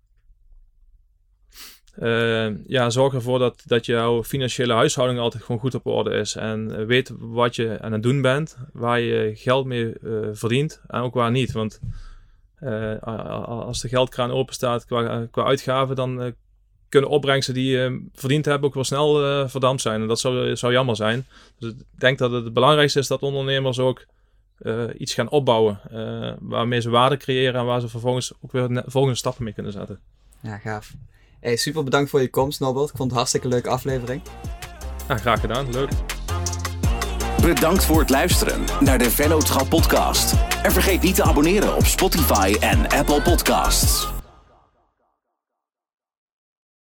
Zorg ervoor dat jouw financiële huishouding altijd gewoon goed op orde is. En weet wat je aan het doen bent, waar je geld mee verdient en ook waar niet. Want als de geldkraan open staat qua uitgaven, dan kunnen opbrengsten die je verdiend hebt ook wel snel verdampt zijn. En dat zou jammer zijn. Dus ik denk dat het belangrijkste is dat ondernemers ook iets gaan opbouwen. Waarmee ze waarde creëren en waar ze vervolgens ook weer volgende stappen mee kunnen zetten. Ja, gaaf. Hey, super bedankt voor je komst, Norbert. Ik vond het een hartstikke leuke aflevering. Ja, graag gedaan. Leuk. Bedankt voor het luisteren naar de Vennootschap podcast. En vergeet niet te abonneren op Spotify en Apple Podcasts.